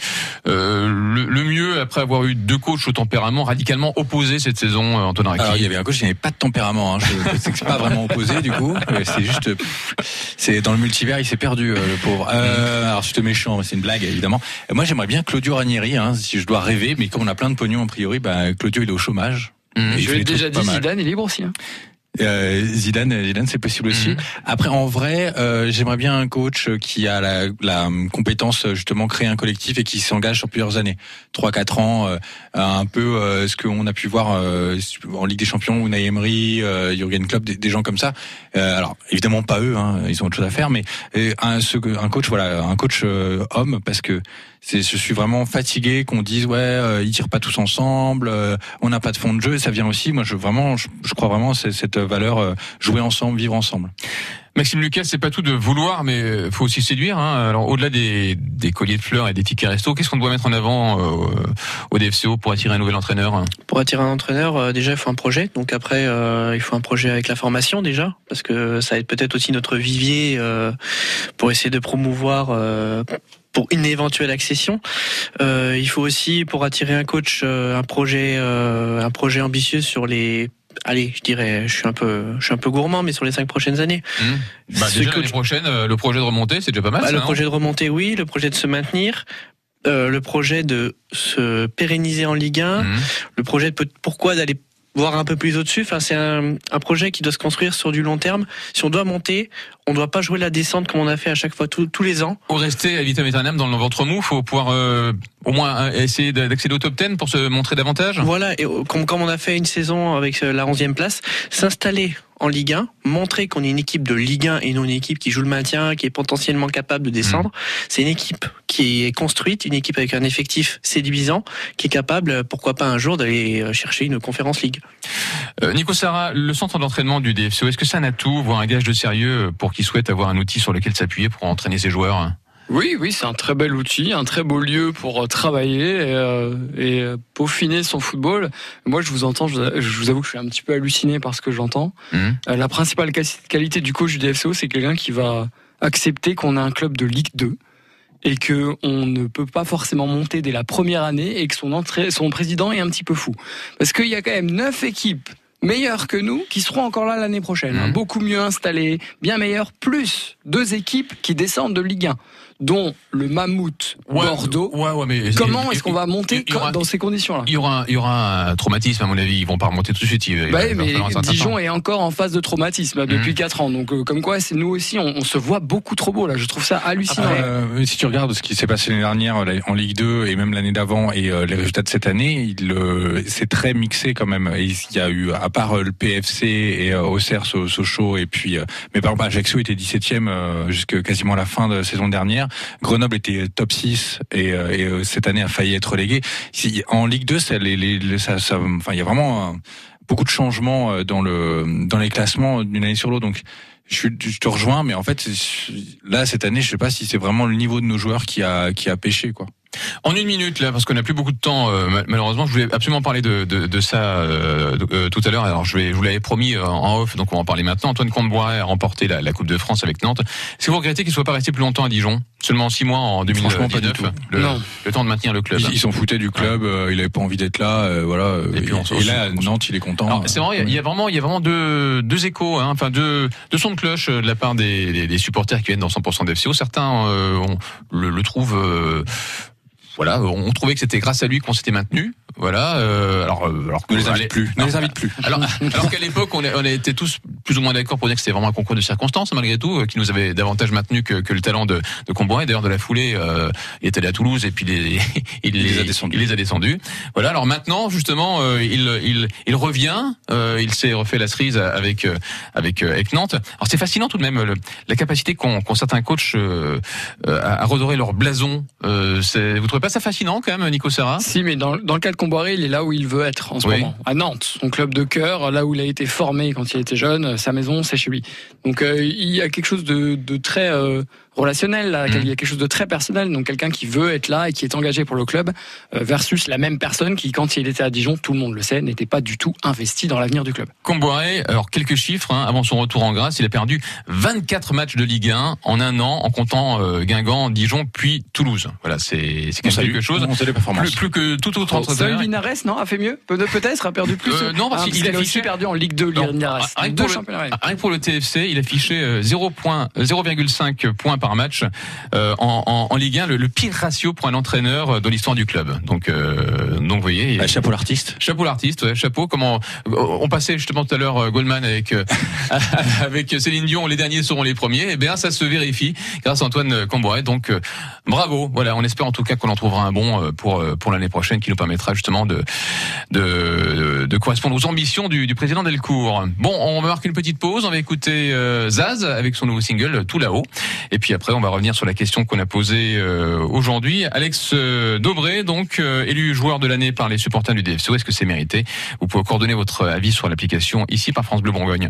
le, le mieux après avoir eu deux coachs au tempérament radicalement opposés cette saison, Antonin Raki? Alors, il y avait un coach qui n'avait pas de tempérament. Hein, je, c'est que c'est pas vraiment opposé du coup. C'est juste, c'est dans le multivers, il s'est perdu euh, le pauvre. Euh, alors je te méchant, c'est une blague évidemment. Moi j'aimerais bien Claudio Ranieri, hein, si je dois rêver, mais comme on a plein de pognon a priori, bah Claudio il est au chômage. Mmh. Je l'ai déjà dit, Zidane est libre aussi. Hein. Euh, Zidane, Zidane, c'est possible aussi. Mmh. Après, en vrai, euh, j'aimerais bien un coach qui a la, la compétence justement créer un collectif et qui s'engage sur plusieurs années, trois, quatre ans, euh, un peu euh, ce qu'on a pu voir euh, en Ligue des Champions, Unai Emery, euh, Jürgen Klopp, des, des gens comme ça. Euh, alors, évidemment pas eux, hein, ils ont autre chose à faire, mais euh, un, ce, un coach, voilà, un coach euh, homme, parce que c'est, je suis vraiment fatigué qu'on dise ouais, euh, ils tirent pas tous ensemble, euh, on n'a pas de fond de jeu, et ça vient aussi. Moi, je vraiment, je, je crois vraiment c'est cette valeur euh, jouer ensemble, vivre ensemble. Maxime Lucas, c'est pas tout de vouloir, mais faut aussi séduire. Hein. Alors, au-delà des, des colliers de fleurs et des tickets resto, qu'est-ce qu'on doit mettre en avant euh, au D F C O pour attirer un nouvel entraîneur? Pour attirer un entraîneur, euh, déjà il faut un projet. Donc après, euh, il faut un projet avec la formation déjà, parce que ça va être peut-être aussi notre vivier euh, pour essayer de promouvoir. Euh, pour une éventuelle accession, euh, il faut aussi pour attirer un coach euh, un projet, euh, un projet ambitieux sur les. Allez, je dirais, je suis un peu, je suis un peu gourmand, mais sur les cinq prochaines années. Mmh. Bah, déjà l'année prochaine, euh, le projet de remonter, c'est déjà pas mal. Bah, ça, le non projet de remonter, oui. Le projet de se maintenir. Euh, le projet de se pérenniser en Ligue un. Mmh. Le projet de pourquoi d'aller voir un peu plus au-dessus. Enfin, c'est un, un projet qui doit se construire sur du long terme. Si on doit monter, on ne doit pas jouer la descente comme on a fait à chaque fois tous, tous les ans. Pour rester à vitam aeternam dans le ventre mou, il faut pouvoir euh, au moins essayer d'accéder au top dix pour se montrer davantage. Voilà, et comme, comme on a fait une saison avec la onzième place, s'installer en Ligue un, montrer qu'on est une équipe de Ligue un et non une équipe qui joue le maintien, qui est potentiellement capable de descendre. Mmh. C'est une équipe qui est construite, une équipe avec un effectif séduisant, qui est capable, pourquoi pas un jour, d'aller chercher une Conférence League. Euh, Nico Sarra, le centre d'entraînement du D F C O, est-ce que c'est un atout, voire un gage de sérieux pour qui souhaite avoir un outil sur lequel s'appuyer pour entraîner ses joueurs ? Oui, oui, c'est un très bel outil, un très beau lieu pour travailler et, euh, et peaufiner son football. Moi, je vous entends, je, je vous avoue que je suis un petit peu halluciné par ce que j'entends. Mmh. Euh, la principale qualité du coach du D F C O, c'est quelqu'un qui va accepter qu'on a un club de Ligue deux et que on ne peut pas forcément monter dès la première année et que son, entrée, son président est un petit peu fou. Parce qu'il y a quand même neuf équipes meilleures que nous qui seront encore là l'année prochaine, mmh. hein, beaucoup mieux installées, bien meilleures, plus deux équipes qui descendent de Ligue un, dont le Mammouth ouais, Bordeaux. Ouais, ouais, mais comment est-ce qu'on va monter aura, dans ces conditions-là ? Il y aura, il y aura un traumatisme à mon avis. Ils vont pas remonter tout de suite. Il, bah il mais Dijon est encore en phase de traumatisme depuis mmh. quatre ans. Donc, euh, comme quoi, c'est nous aussi, on, on se voit beaucoup trop beau là. Je trouve ça hallucinant. Après, euh, si tu regardes ce qui s'est passé l'année dernière en Ligue deux et même l'année d'avant et euh, les résultats de cette année, il, euh, c'est très mixé quand même. Et il y a eu, à part euh, le P F C et euh, Auxerre, Sochaux, et puis, euh, mais par exemple, Ajaccio était dix-septième euh, jusqu'à quasiment la fin de la saison dernière. Grenoble était top six et, euh, et euh, cette année a failli être relégué. En Ligue deux, ça, les, les, ça, ça, enfin, il y a vraiment euh, beaucoup de changements dans le dans les classements d'une année sur l'autre. Donc, je, je te rejoins, mais en fait, là cette année, je sais pas si c'est vraiment le niveau de nos joueurs qui a qui a pêché, quoi. En une minute là, parce qu'on n'a plus beaucoup de temps, euh, malheureusement, je voulais absolument parler de, de, de ça euh, de, euh, tout à l'heure. Alors je, vais, je vous l'avais promis euh, en off, donc on va en parler maintenant. Antoine Comboiré a remporté la, la Coupe de France avec Nantes. Est-ce que vous regrettez qu'il ne soit pas resté plus longtemps à Dijon ? Seulement six mois en deux mille dix-neuf. Franchement, pas du tout. Le, non. le temps de maintenir le club. Ils, ils s'en foutaient du club. Ouais. Euh, il avait pas envie d'être là. Euh, voilà. Et, puis on et, et là, Nantes, il est content. Alors, c'est vrai. Il y a vraiment, il y a vraiment deux, deux échos, hein, enfin deux, deux sons de cloche de la part des, des, des supporters qui viennent dans cent pour cent d'F C O. Certains euh, on, le, le trouvent. Euh, Voilà, on trouvait que c'était grâce à lui qu'on s'était maintenu. Voilà. Euh, alors, euh, alors ne les invite plus. Ne les invite plus. Alors, alors qu'à l'époque, on, on était tous plus ou moins d'accord pour dire que c'était vraiment un concours de circonstances, malgré tout, euh, qui nous avait davantage maintenu que, que le talent de, de Comboiré. D'ailleurs, de la foulée, euh, il est allé à Toulouse et puis les, il, il, les a descendus. il les a descendus. Voilà. Alors maintenant, justement, euh, il, il, il revient. Euh, il s'est refait la cerise avec euh, avec euh, avec Nantes. Alors c'est fascinant tout de même le, la capacité qu'ont, qu'ont certains coachs euh, à, à redorer leur blason. Euh, c'est, vous trouvez pas ça fascinant quand même, Nico Sarra ? Si, mais dans, dans le cas de Comboiré, il est là où il veut être en ce oui. moment, à Nantes, son club de cœur, là où il a été formé quand il était jeune, sa maison, c'est chez lui. Donc euh, il y a quelque chose de, de très euh, relationnel, là, mmh. il y a quelque chose de très personnel, donc quelqu'un qui veut être là et qui est engagé pour le club, euh, versus la même personne qui, quand il était à Dijon, tout le monde le sait, n'était pas du tout investi dans l'avenir du club. Comboiré, alors quelques chiffres, hein, avant son retour en grâce, il a perdu vingt-quatre matchs de Ligue un en un an, en comptant euh, Guingamp, Dijon, puis Toulouse. Voilà, c'est, c'est quelque chose. On salue les performances. Plus, plus que tout autre entraîneur. Seul Linares, non, a fait mieux. Pe- peut-être a perdu plus. Euh, non, parce, hein, qu'il parce a aussi perdu en Ligue deux. Linares. Rien pour, le, pour le T F C, il affichait zéro virgule cinq points par match euh, en, en, en Ligue un, le, le pire ratio pour un entraîneur de l'histoire du club. Donc, euh, donc vous voyez. Ah, chapeau l'artiste. Chapeau l'artiste, ouais, chapeau. Comment on passait justement tout à l'heure euh, Goldman avec euh, avec Céline Dion, les derniers seront les premiers. Eh bien, ça se vérifie grâce à Antoine Comboiré. Donc, euh, bravo. Voilà, on espère en tout cas qu'on en trouvera un bon euh, pour pour l'année prochaine, qui nous permettra justement de de, de correspondre aux ambitions du, du président Delcourt. Bon, on va marquer une petite pause. On va écouter euh, Zaz avec son nouveau single Tout là-haut. Et puis après, on va revenir sur la question qu'on a posée euh, aujourd'hui. Alex euh, Dobré, donc euh, élu joueur de l'année par les supporters du D F C O. Est-ce que c'est mérité ? Vous pouvez coordonner votre avis sur l'application ici par France Bleu Bourgogne.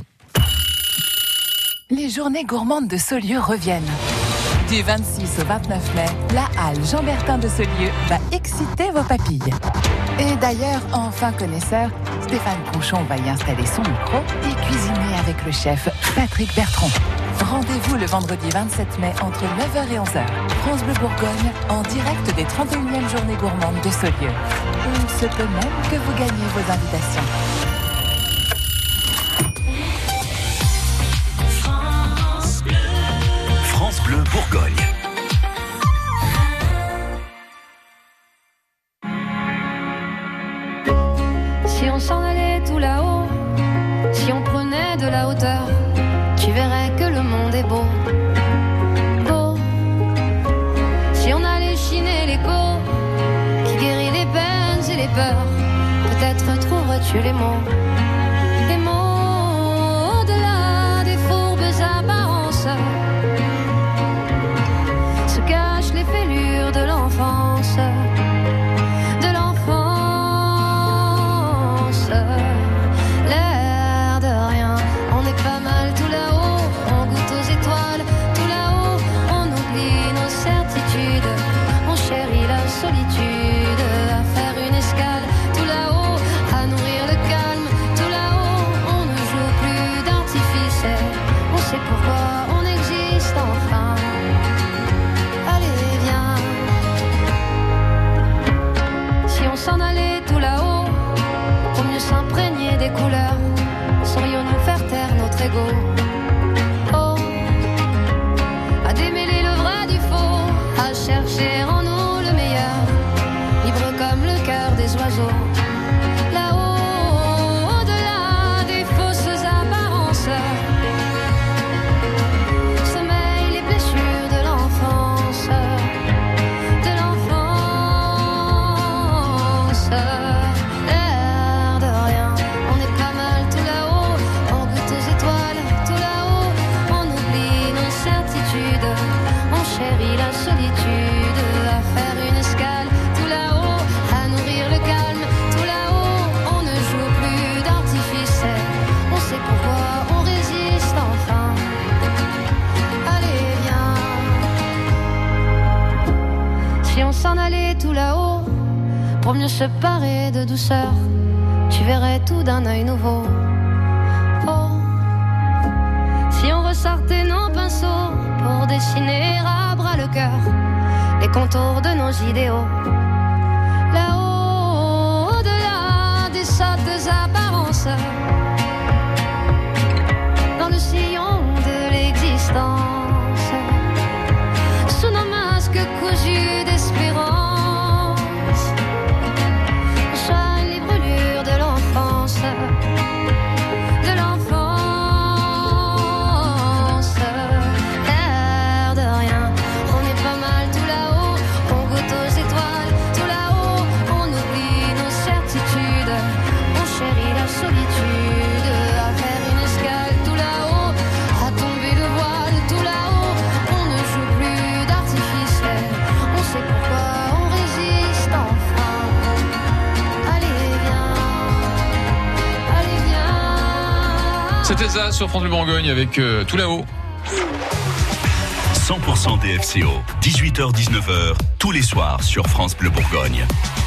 Les journées gourmandes de Saulieu reviennent. Du vingt-six au vingt-neuf mai, la halle Jean-Bertin de Saulieu va exciter vos papilles. Et d'ailleurs, enfin connaisseur, Stéphane Crouchon va y installer son micro et cuisiner avec le chef Patrick Bertrand. Rendez-vous le vendredi vingt-sept mai entre neuf heures et onze heures. France Bleu Bourgogne, en direct des trente et unième journées gourmandes de Saulieu. Il se peut même que vous gagnez vos invitations. France Bleu Bourgogne. Si on s'en allait tout là-haut, si on prenait de la hauteur, tu verrais que le monde est beau, beau. Si on allait chiner l'écho qui guérit les peines et les peurs, peut-être trouverais-tu les mots, les mots de la pour mieux se parer de douceur. Tu verrais tout d'un œil nouveau. Oh, si on ressortait nos pinceaux pour dessiner à bras le cœur les contours de nos idéaux. Là-haut, au-delà des sottes apparences, dans le sillon de l'existence, sous nos masques cousus d'espérance, on soigne les brûlures de l'enfance, de l'enfance. L'air de rien, on est pas mal tout là-haut, on goûte aux étoiles tout là-haut, on oublie nos certitudes, on chérit la solitude, à faire une escale tout là-haut, à tomber le voile tout là-haut, on ne joue plus d'artifice, on sait pourquoi on résiste enfin. Allez viens, allez viens. C'était ça sur France Bleu Bourgogne avec euh, tout là-haut. cent pour cent D F C O, dix-huit heures dix-neuf heures, tous les soirs sur France Bleu Bourgogne.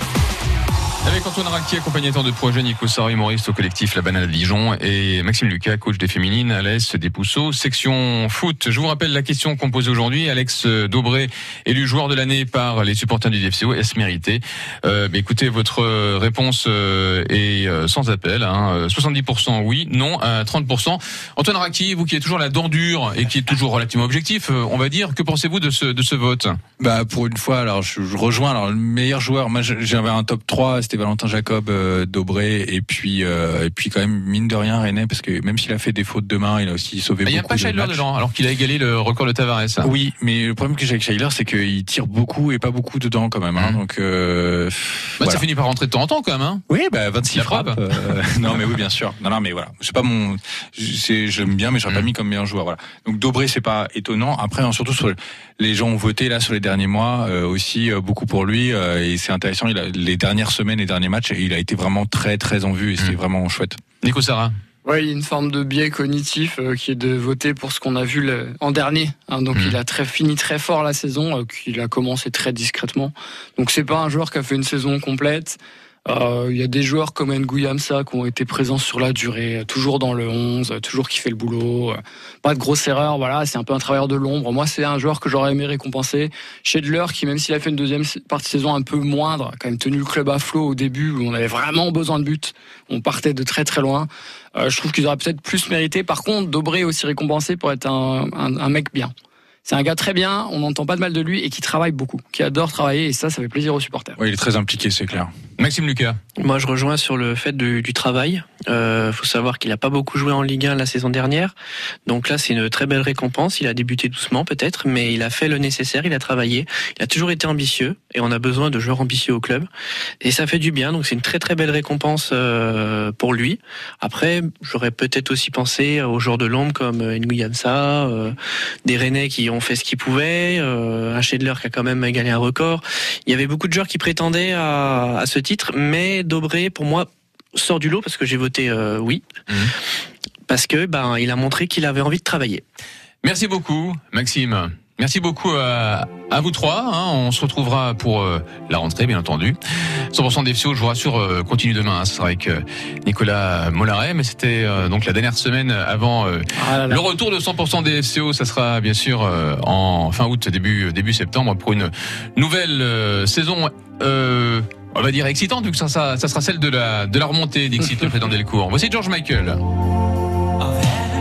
Avec Antoine Racquier, accompagnateur de projet, Nico Sarri, humoriste au collectif La Banane à Dijon, et Maxime Lucas, coach des féminines à l'A S des Pousseaux, section foot. Je vous rappelle la question qu'on pose aujourd'hui. Alex Daubré, élu joueur de l'année par les supporters du D F C O, est-ce mérité? euh, bah, Écoutez, votre réponse euh, est euh, sans appel. Hein. soixante-dix pour cent oui, non à trente pour cent. Antoine Racquier, vous qui êtes toujours la dent dure et qui est toujours relativement objectif, euh, on va dire, que pensez-vous de ce, de ce vote? Bah pour une fois, alors je, je rejoins. Alors le meilleur joueur, moi j'avais un top trois, c'était Valentin Jacob, euh, Daubré, et puis euh, et puis quand même mine de rien René, parce que même s'il a fait des fautes de main, il a aussi sauvé mais beaucoup de matchs. Il n'y a pas Scheidler dedans, alors qu'il a égalé le record de Tavares. Oui, mais le problème que j'ai avec Scheidler, c'est qu'il tire beaucoup et pas beaucoup dedans quand même. Hein, mmh. Donc euh, bah, voilà. Ça finit par rentrer de temps en temps quand même. Hein. Oui, bah vingt-six frappes. Euh, non mais oui bien sûr. Non non mais voilà, c'est pas mon, c'est j'aime bien, mais j'aurais mmh. pas mis comme meilleur joueur. Voilà. Donc Daubré, c'est pas étonnant. Après surtout sur les gens ont voté là sur les derniers mois euh, aussi euh, beaucoup pour lui euh, et c'est intéressant. Il a, les dernières semaines, les derniers matchs, il a été vraiment très très en vue et c'était mmh. vraiment chouette. Nico Sarra. Ouais, il y a une forme de biais cognitif euh, qui est de voter pour ce qu'on a vu le, en dernier. Hein, donc mmh. il a très fini très fort la saison, euh, qu'il a commencé très discrètement. Donc c'est pas un joueur qui a fait une saison complète. Euh, il y a des joueurs comme Nguyamsa qui ont été présents sur la durée, toujours dans le onze, toujours qui fait le boulot, pas de grosses erreurs, voilà, c'est un peu un travailleur de l'ombre. Moi, c'est un joueur que j'aurais aimé récompenser. Scheidler, qui même s'il a fait une deuxième partie de saison un peu moindre, a quand même tenu le club à flot au début où on avait vraiment besoin de buts, on partait de très très loin. Euh, je trouve qu'ils auraient peut-être plus mérité. Par contre, Daubré est aussi récompensé pour être un, un, un mec bien. C'est un gars très bien, on n'entend pas de mal de lui et qui travaille beaucoup, qui adore travailler et ça, ça fait plaisir aux supporters. Oui, il est très impliqué, c'est clair. Maxime Lucas. Moi, je rejoins sur le fait de, du travail. Euh, faut savoir qu'il a pas beaucoup joué en Ligue un la saison dernière. Donc là, c'est une très belle récompense. Il a débuté doucement peut-être, mais il a fait le nécessaire, il a travaillé. Il a toujours été ambitieux et on a besoin de joueurs ambitieux au club. Et ça fait du bien, donc c'est une très très belle récompense euh, pour lui. Après, j'aurais peut-être aussi pensé aux joueurs de l'ombre comme Nguyamsa, euh, des Rennais qui ont fait ce qu'ils pouvaient, euh, un Scheidler qui a quand même égalé un record. Il y avait beaucoup de joueurs qui prétendaient à, à ce titre, mais Daubré, pour moi, sort du lot parce que j'ai voté euh, oui, mmh. parce que ben il a montré qu'il avait envie de travailler. Merci beaucoup, Maxime. Merci beaucoup à, à vous trois. Hein. On se retrouvera pour euh, la rentrée, bien entendu. cent pour cent D F C O, je vous rassure, euh, continue demain. Hein. Ce sera avec euh, Nicolas Mollaret. Mais c'était euh, donc la dernière semaine avant euh, ah là là. le retour de cent pour cent D F C O. Ça sera bien sûr euh, en fin août, début début septembre pour une nouvelle euh, saison. Euh, on va dire excitante, vu que ça, ça, ça sera celle de la de la remontée d'Exit, le président Delcourt. Voici George Michael.